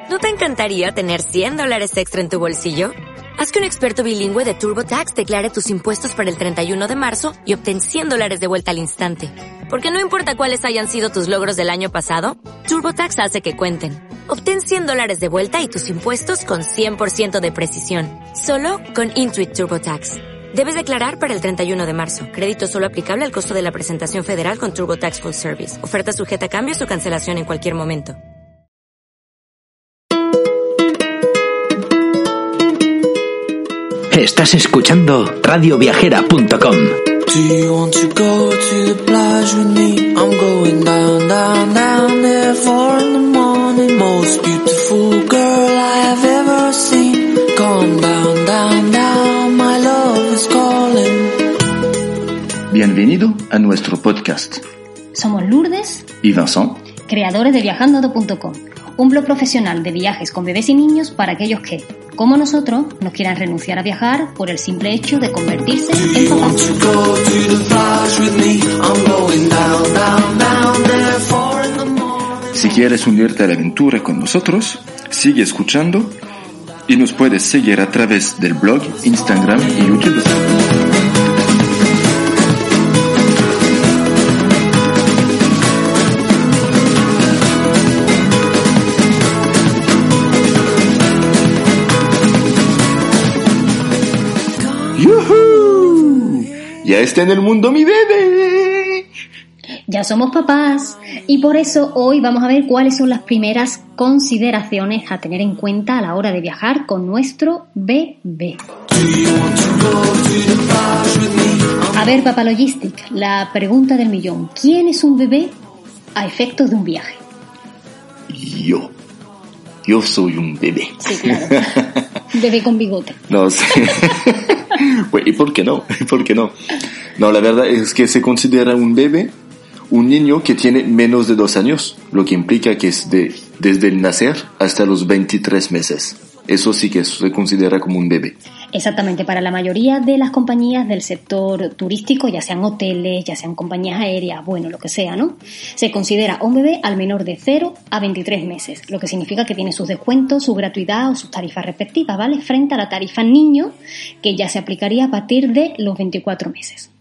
¿No te encantaría tener $100 extra en tu bolsillo? Haz que un experto bilingüe de TurboTax declare tus impuestos para el 31 de marzo y obtén $100 de vuelta al instante. Porque no importa cuáles hayan sido tus logros del año pasado, TurboTax hace que cuenten. Obtén $100 de vuelta y tus impuestos con 100% de precisión. Solo con Intuit TurboTax. Debes declarar para el 31 de marzo. Crédito solo aplicable al costo de la presentación federal con TurboTax Full Service. Oferta sujeta a cambios o cancelación en cualquier momento. Estás escuchando radioviajera.com. Do you want to go to the plage with me? I'm going down, down, down there 4 in the morning. Most beautiful girl I have ever seen. Come down, down, down, my love is calling. Bienvenido a nuestro podcast. Somos Lourdes y Vincent, creadores de viajando.com, un blog profesional de viajes con bebés y niños para aquellos que, como nosotros, no quieran renunciar a viajar por el simple hecho de convertirse en papás. Si quieres unirte a la aventura con nosotros, sigue escuchando y nos puedes seguir a través del blog, Instagram y YouTube. ¡Yujú! ¡Ya está en el mundo mi bebé! Ya somos papás y por eso hoy vamos a ver cuáles son las primeras consideraciones a tener en cuenta a la hora de viajar con nuestro bebé. A ver, Papa Logistic, la pregunta del millón. ¿Quién es un bebé a efectos de un viaje? Yo soy un bebé. Sí, claro. Bebé con bigote. No sé. ¿Y por qué no? ¿Por qué no? No, la verdad es que se considera un bebé un niño que tiene menos de 2 años, lo que implica que es desde el nacer hasta los 23 meses. Eso sí que se considera como un bebé. Exactamente, para la mayoría de las compañías del sector turístico, ya sean hoteles, ya sean compañías aéreas, bueno, lo que sea, ¿no? Se considera un bebé al menor de 0 a 23 meses, lo que significa que tiene sus descuentos, su gratuidad o sus tarifas respectivas, ¿vale? Frente a la tarifa niño, que ya se aplicaría a partir de los 24 meses.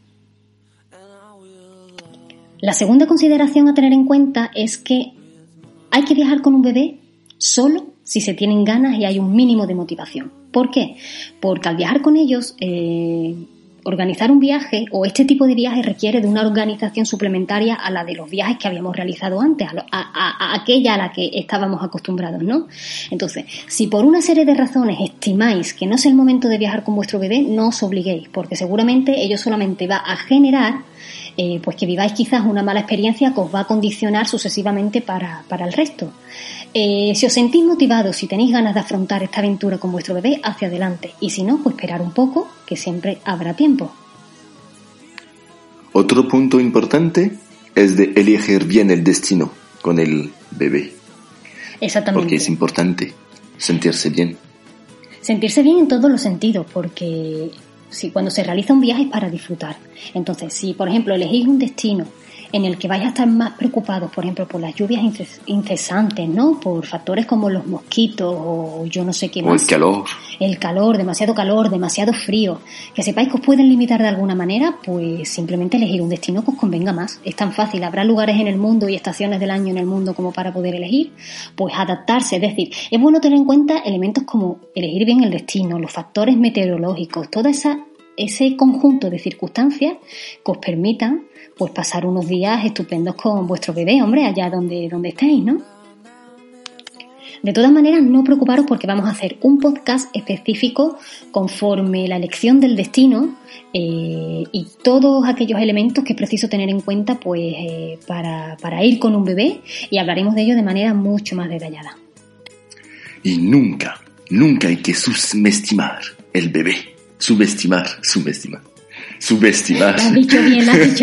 La segunda consideración a tener en cuenta es que hay que viajar con un bebé solo si se tienen ganas y hay un mínimo de motivación. ¿Por qué? Porque al viajar con ellos, organizar un viaje o este tipo de viaje requiere de una organización suplementaria a la de los viajes que habíamos realizado antes, a aquella a la que estábamos acostumbrados, ¿no? Entonces, si por una serie de razones estimáis que no es el momento de viajar con vuestro bebé, no os obliguéis, porque seguramente ello solamente va a generar pues que viváis quizás una mala experiencia que os va a condicionar sucesivamente para el resto. Si os sentís motivados, si tenéis ganas de afrontar esta aventura con vuestro bebé, hacia adelante. Y si no, pues esperar un poco, que siempre habrá tiempo. Otro punto importante es de elegir bien el destino con el bebé. Exactamente. Porque es importante sentirse bien. Sentirse bien en todos los sentidos, porque si cuando se realiza un viaje es para disfrutar. Entonces, si por ejemplo elegís un destino en el que vais a estar más preocupados, por ejemplo, por las lluvias incesantes, ¿no? Por factores como los mosquitos o yo no sé qué más. O el calor. El calor, demasiado frío. Que sepáis que os pueden limitar de alguna manera, pues simplemente elegir un destino que os convenga más. Es tan fácil. Habrá lugares en el mundo y estaciones del año en el mundo como para poder elegir. Pues adaptarse. Es decir, es bueno tener en cuenta elementos como elegir bien el destino, los factores meteorológicos, todo ese conjunto de circunstancias que os permitan pues pasar unos días estupendos con vuestro bebé, hombre, allá donde estéis, ¿no? De todas maneras, no preocuparos porque vamos a hacer un podcast específico conforme la elección del destino y todos aquellos elementos que es preciso tener en cuenta pues para ir con un bebé, y hablaremos de ello de manera mucho más detallada. Y nunca hay que subestimar el bebé. Subestimar. Lo has dicho bien.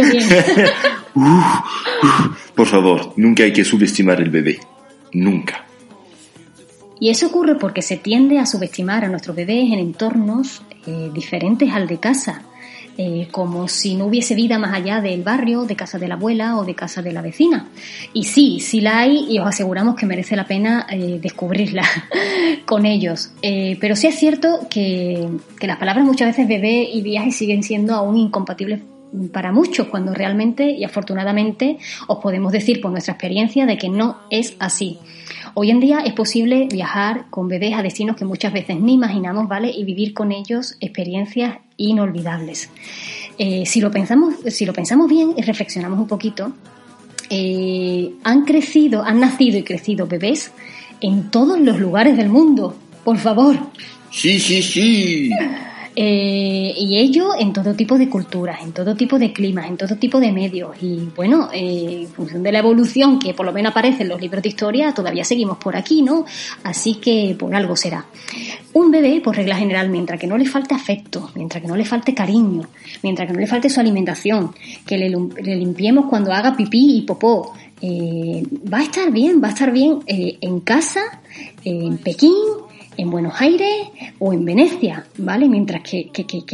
Por favor, nunca hay que subestimar el bebé. Nunca. Y eso ocurre porque se tiende a subestimar a nuestros bebés en entornos diferentes al de casa. como si no hubiese vida más allá del barrio, de casa de la abuela o de casa de la vecina. Y sí la hay, y os aseguramos que merece la pena descubrirla con ellos. Pero sí es cierto que las palabras muchas veces bebé y viaje siguen siendo aún incompatibles para muchos, cuando realmente y afortunadamente os podemos decir por nuestra experiencia de que no es así. Hoy en día es posible viajar con bebés a destinos que muchas veces ni imaginamos, ¿vale? Y vivir con ellos experiencias inolvidables. Si lo pensamos bien y reflexionamos un poquito, han nacido y crecido bebés en todos los lugares del mundo, por favor. Sí. Y ello en todo tipo de culturas, en todo tipo de climas, en todo tipo de medios. Y bueno, en función de la evolución que por lo menos aparece en los libros de historia, todavía seguimos por aquí, ¿no? Así que por algo será. Un bebé, por regla general, mientras que no le falte afecto, mientras que no le falte cariño, mientras que no le falte su alimentación, que le limpiemos cuando haga pipí y popó, va a estar bien en casa, en Pekín, en Buenos Aires o en Venecia, ¿vale? Mientras que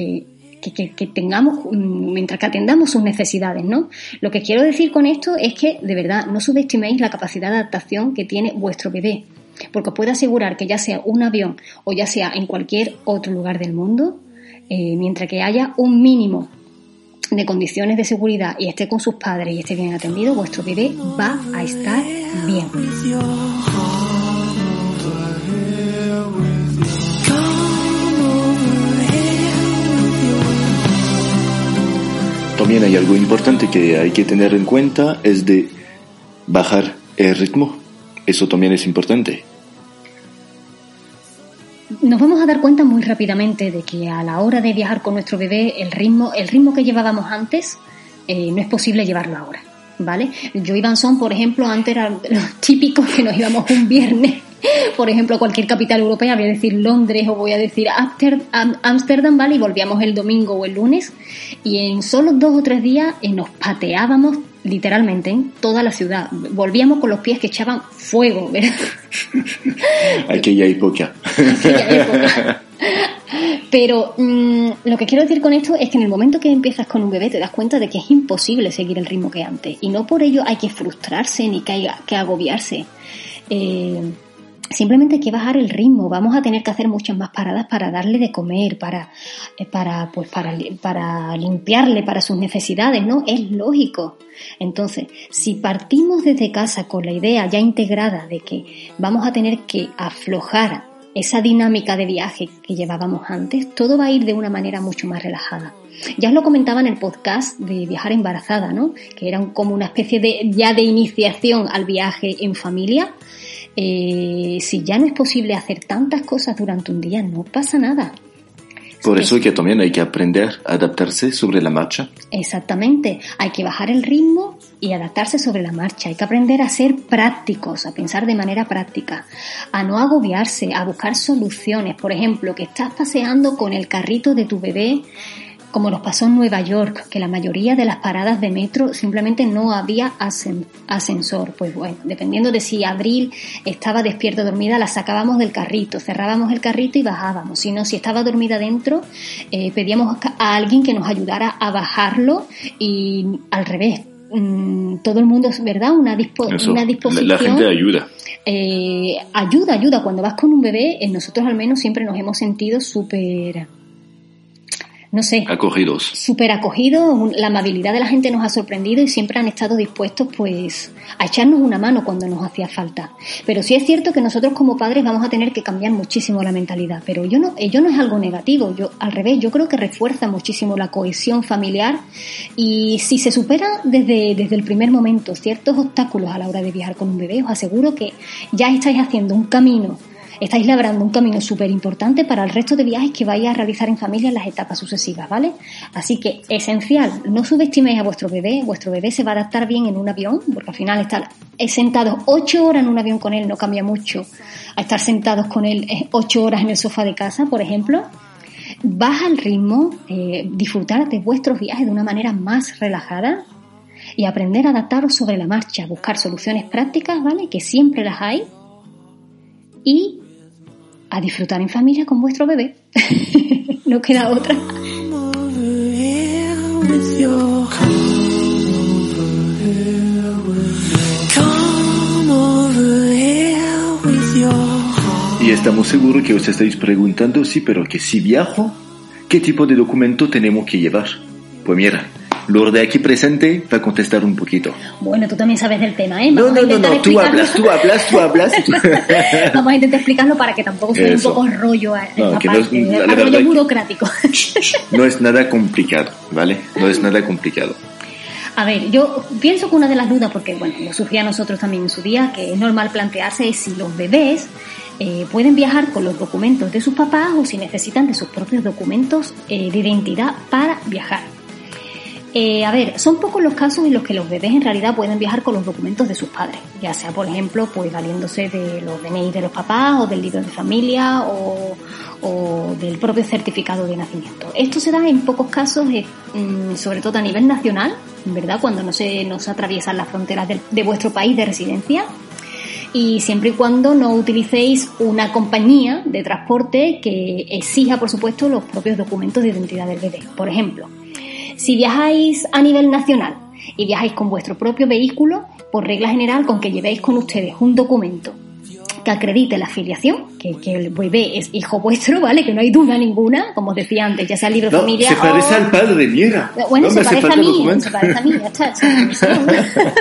atendamos sus necesidades, ¿no? Lo que quiero decir con esto es que, de verdad, no subestiméis la capacidad de adaptación que tiene vuestro bebé, porque os puedo asegurar que ya sea un avión o ya sea en cualquier otro lugar del mundo, mientras que haya un mínimo de condiciones de seguridad y esté con sus padres y esté bien atendido, vuestro bebé va a estar bien. También hay algo importante que hay que tener en cuenta, es de bajar el ritmo. Eso también es importante. Nos vamos a dar cuenta muy rápidamente de que a la hora de viajar con nuestro bebé, el ritmo que llevábamos antes no es posible llevarlo ahora, ¿vale? Yo y Vanson, por ejemplo, antes era lo típico que nos íbamos un viernes, por ejemplo, a cualquier capital europea, voy a decir Londres o voy a decir Ámsterdam, ¿vale? Y volvíamos el domingo o el lunes y en solo 2 o 3 días nos pateábamos literalmente en toda la ciudad. Volvíamos con los pies que echaban fuego, ¿verdad? Aquella época. Pero lo que quiero decir con esto es que en el momento que empiezas con un bebé te das cuenta de que es imposible seguir el ritmo que antes. Y no por ello hay que frustrarse ni que haya que agobiarse. Simplemente hay que bajar el ritmo. Vamos a tener que hacer muchas más paradas para darle de comer, para limpiarle, para sus necesidades, ¿no? Es lógico. Entonces, si partimos desde casa con la idea ya integrada de que vamos a tener que aflojar esa dinámica de viaje que llevábamos antes, todo va a ir de una manera mucho más relajada. Ya os lo comentaba en el podcast de viajar embarazada, ¿no? Que era como una especie de iniciación al viaje en familia. Si ya no es posible hacer tantas cosas durante un día, no pasa nada. Por eso que también hay que aprender a adaptarse sobre la marcha. Exactamente, hay que bajar el ritmo y adaptarse sobre la marcha. Hay que aprender a ser prácticos, a pensar de manera práctica, a no agobiarse, a buscar soluciones. Por ejemplo, que estás paseando con el carrito de tu bebé, como nos pasó en Nueva York, que la mayoría de las paradas de metro simplemente no había ascensor. Pues bueno, dependiendo de si Abril estaba despierta o dormida, la sacábamos del carrito, cerrábamos el carrito y bajábamos. Si no, si estaba dormida dentro, pedíamos a alguien que nos ayudara a bajarlo y al revés. Todo el mundo, ¿verdad? Una disposición. La gente ayuda. Ayuda. Cuando vas con un bebé, nosotros al menos siempre nos hemos sentido súper acogidos. Súper acogidos, la amabilidad de la gente nos ha sorprendido y siempre han estado dispuestos pues a echarnos una mano cuando nos hacía falta. Pero sí es cierto que nosotros como padres vamos a tener que cambiar muchísimo la mentalidad, pero ello no es algo negativo, al revés, yo creo que refuerza muchísimo la cohesión familiar y si se supera desde el primer momento ciertos obstáculos a la hora de viajar con un bebé, os aseguro que ya estáis haciendo un camino. Estáis labrando un camino súper importante para el resto de viajes que vais a realizar en familia en las etapas sucesivas, ¿vale? Así que, esencial, no subestiméis a vuestro bebé se va a adaptar bien en un avión, porque al final estar sentados 8 horas en un avión con él no cambia mucho a estar sentados con él 8 horas en el sofá de casa, por ejemplo. Baja el ritmo, disfrutar de vuestros viajes de una manera más relajada y aprender a adaptaros sobre la marcha, buscar soluciones prácticas, ¿vale? Que siempre las hay, y a disfrutar en familia con vuestro bebé. No queda otra. your come over here with your. Y estamos seguros que os estáis preguntando, sí, pero que si viajo, ¿qué tipo de documento tenemos que llevar? Pues mira, Lourdes aquí presente va a contestar un poquito. Bueno, tú también sabes del tema, ¿eh? No, tú hablas. Vamos a intentar explicarlo para que tampoco sea un poco rollo, rollo burocrático. No es nada complicado, ¿vale? No es nada complicado. A ver, yo pienso que una de las dudas, porque bueno, nos surgía a nosotros también en su día, que es normal plantearse es si los bebés pueden viajar con los documentos de sus papás o si necesitan de sus propios documentos de identidad para viajar. A ver, son pocos los casos en los que los bebés en realidad pueden viajar con los documentos de sus padres, ya sea, por ejemplo, pues valiéndose de los DNI de los papás o del libro de familia o del propio certificado de nacimiento. Esto se da en pocos casos, sobre todo a nivel nacional, ¿verdad? Cuando no se atraviesan las fronteras de vuestro país de residencia. Y siempre y cuando no utilicéis una compañía de transporte que exija, por supuesto, los propios documentos de identidad del bebé. Por ejemplo, si viajáis a nivel nacional y viajáis con vuestro propio vehículo, por regla general, con que llevéis con ustedes un documento que acredite la filiación, que el bebé es hijo vuestro, ¿vale? Que no hay duda ninguna, como os decía antes, ya sea el libro de familia se parece al padre, mira. Bueno, se parece a mí, ya está.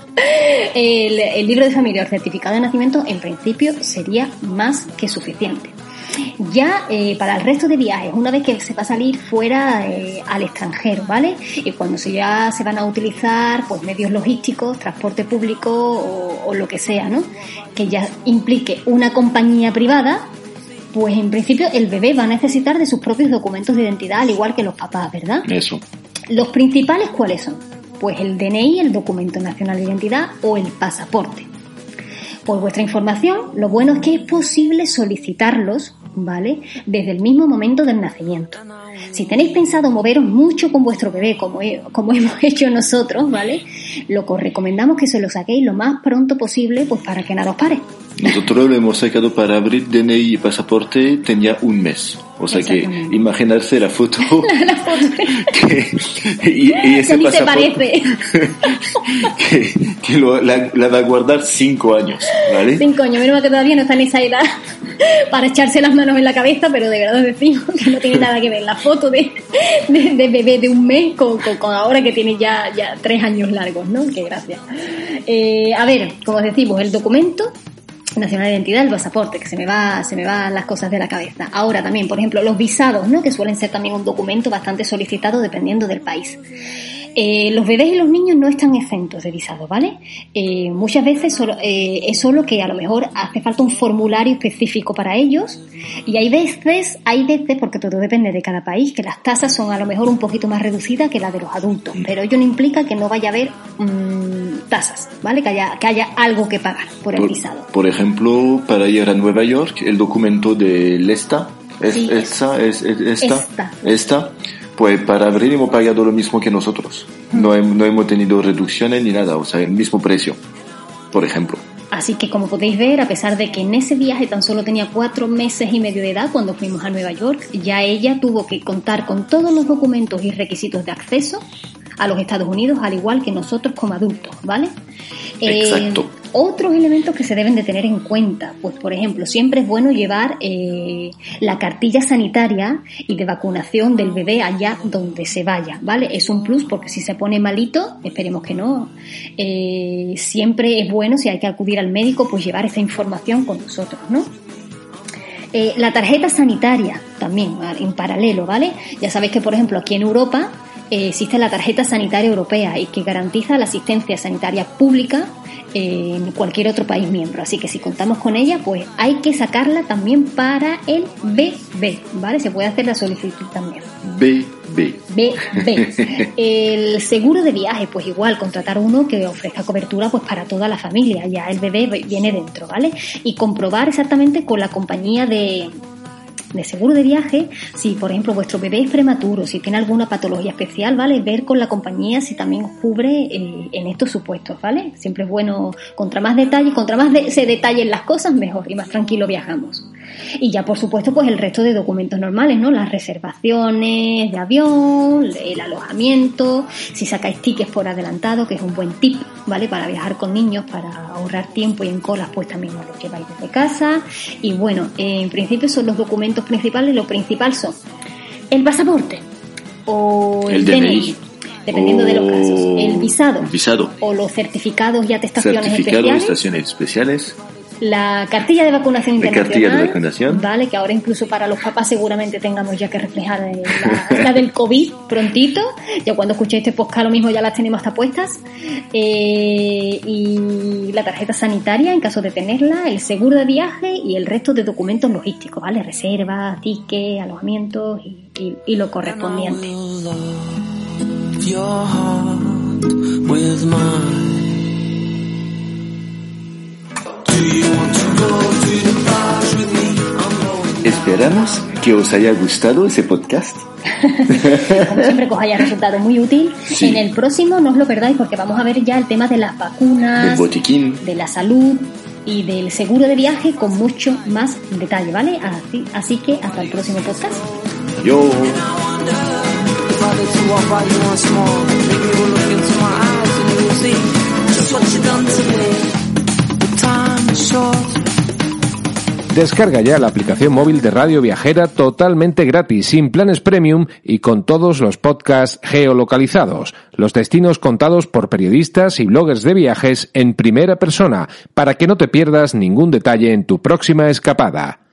El libro de familia o el certificado de nacimiento, en principio, sería más que suficiente. Ya para el resto de viajes, una vez que se va a salir fuera al extranjero, ¿vale? Y cuando ya se van a utilizar pues medios logísticos, transporte público o lo que sea, ¿no? Que ya implique una compañía privada, pues en principio el bebé va a necesitar de sus propios documentos de identidad, al igual que los papás, ¿verdad? Eso. Los principales, ¿cuáles son? Pues el DNI, el documento nacional de identidad o el pasaporte. Por vuestra información, lo bueno es que es posible solicitarlos, ¿vale? Desde el mismo momento del nacimiento. Si tenéis pensado moveros mucho con vuestro bebé, como hemos hecho nosotros, ¿vale? Lo que os recomendamos que se lo saquéis lo más pronto posible, pues para que nada os pare. Nosotros lo hemos sacado para abrir DNI y pasaporte, tenía un mes. O sea que imaginarse la foto. La foto. y ese ni pasaporte. Se parece. que la va a guardar 5 años, ¿vale? 5 años, menos mal que todavía no está en esa edad para echarse las manos en la cabeza, pero de verdad decimos que no tiene nada que ver la foto de bebé de un mes con ahora que tiene ya 3 años largos, ¿no? Qué gracia. A ver, como os decimos, el documento nacional de identidad, el pasaporte, que se me van las cosas de la cabeza. Ahora también, por ejemplo, los visados, ¿no? Que suelen ser también un documento bastante solicitado dependiendo del país. Los bebés y los niños no están exentos de visado, ¿vale? Muchas veces es solo que a lo mejor hace falta un formulario específico para ellos y hay veces, porque todo depende de cada país, que las tasas son a lo mejor un poquito más reducidas que las de los adultos, pero ello no implica que no vaya a haber tasas, ¿vale? Que haya algo que pagar por el visado. Por ejemplo, para ir a Nueva York, el documento del esta, pues para abrir hemos pagado lo mismo que nosotros. No hemos tenido reducciones ni nada, o sea, el mismo precio, por ejemplo. Así que como podéis ver, a pesar de que en ese viaje tan solo tenía 4 meses y medio de edad cuando fuimos a Nueva York, ya ella tuvo que contar con todos los documentos y requisitos de acceso a los Estados Unidos, al igual que nosotros como adultos, ¿vale? Exacto. Otros elementos que se deben de tener en cuenta, pues por ejemplo, siempre es bueno llevar la cartilla sanitaria y de vacunación del bebé allá donde se vaya, ¿vale? Es un plus porque si se pone malito, esperemos que no, siempre es bueno, si hay que acudir al médico, pues llevar esa información con nosotros, ¿no? La tarjeta sanitaria también, en paralelo, ¿vale? Ya sabéis que, por ejemplo, aquí en Europa existe la tarjeta sanitaria europea y que garantiza la asistencia sanitaria pública en cualquier otro país miembro. Así que si contamos con ella, pues hay que sacarla también para el bebé, ¿vale? Se puede hacer la solicitud también. Bebé. El seguro de viaje, pues igual, contratar uno que ofrezca cobertura pues para toda la familia. Ya el bebé viene dentro, ¿vale? Y comprobar exactamente con la compañía de seguro de viaje, si por ejemplo vuestro bebé es prematuro, si tiene alguna patología especial, ¿vale? Ver con la compañía si también cubre en estos supuestos, ¿vale? Siempre es bueno, contra más detalles, se detallen las cosas, mejor y más tranquilo viajamos. Y ya, por supuesto, pues el resto de documentos normales, ¿no? Las reservaciones de avión, el alojamiento, si sacáis tickets por adelantado, que es un buen tip, ¿vale? Para viajar con niños, para ahorrar tiempo y en colas, pues también os lo lleváis desde casa. Y bueno, en principio son los documentos principales. Lo principal son el pasaporte o el DNI. Dependiendo de los casos, el visado o los certificados y atestaciones especiales, la cartilla de vacunación internacional, vale, que ahora incluso para los papás seguramente tengamos ya que reflejar la del COVID prontito, ya cuando escuchéis este podcast lo mismo ya las tenemos hasta puestas, y la tarjeta sanitaria en caso de tenerla, el seguro de viaje y el resto de documentos logísticos, vale, reservas, tickets, alojamientos y lo correspondiente. Your heart with mine. Do you want to go to the plage with me? I'm going. Esperamos que os haya gustado ese podcast. Como siempre, que os haya resultado muy útil. Sí. En el próximo no os lo perdáis porque vamos a ver ya el tema de las vacunas, del botiquín, de la salud y del seguro de viaje con mucho más detalle, ¿vale? Así que hasta el próximo podcast. Yo. To walk by you once more, maybe we'll look into my eyes and you will see just what you done to me. The time is short. Descarga ya la aplicación móvil de Radio Viajera totalmente gratis, sin planes premium y con todos los podcasts geolocalizados, los destinos contados por periodistas y bloggers de viajes en primera persona, para que no te pierdas ningún detalle en tu próxima escapada.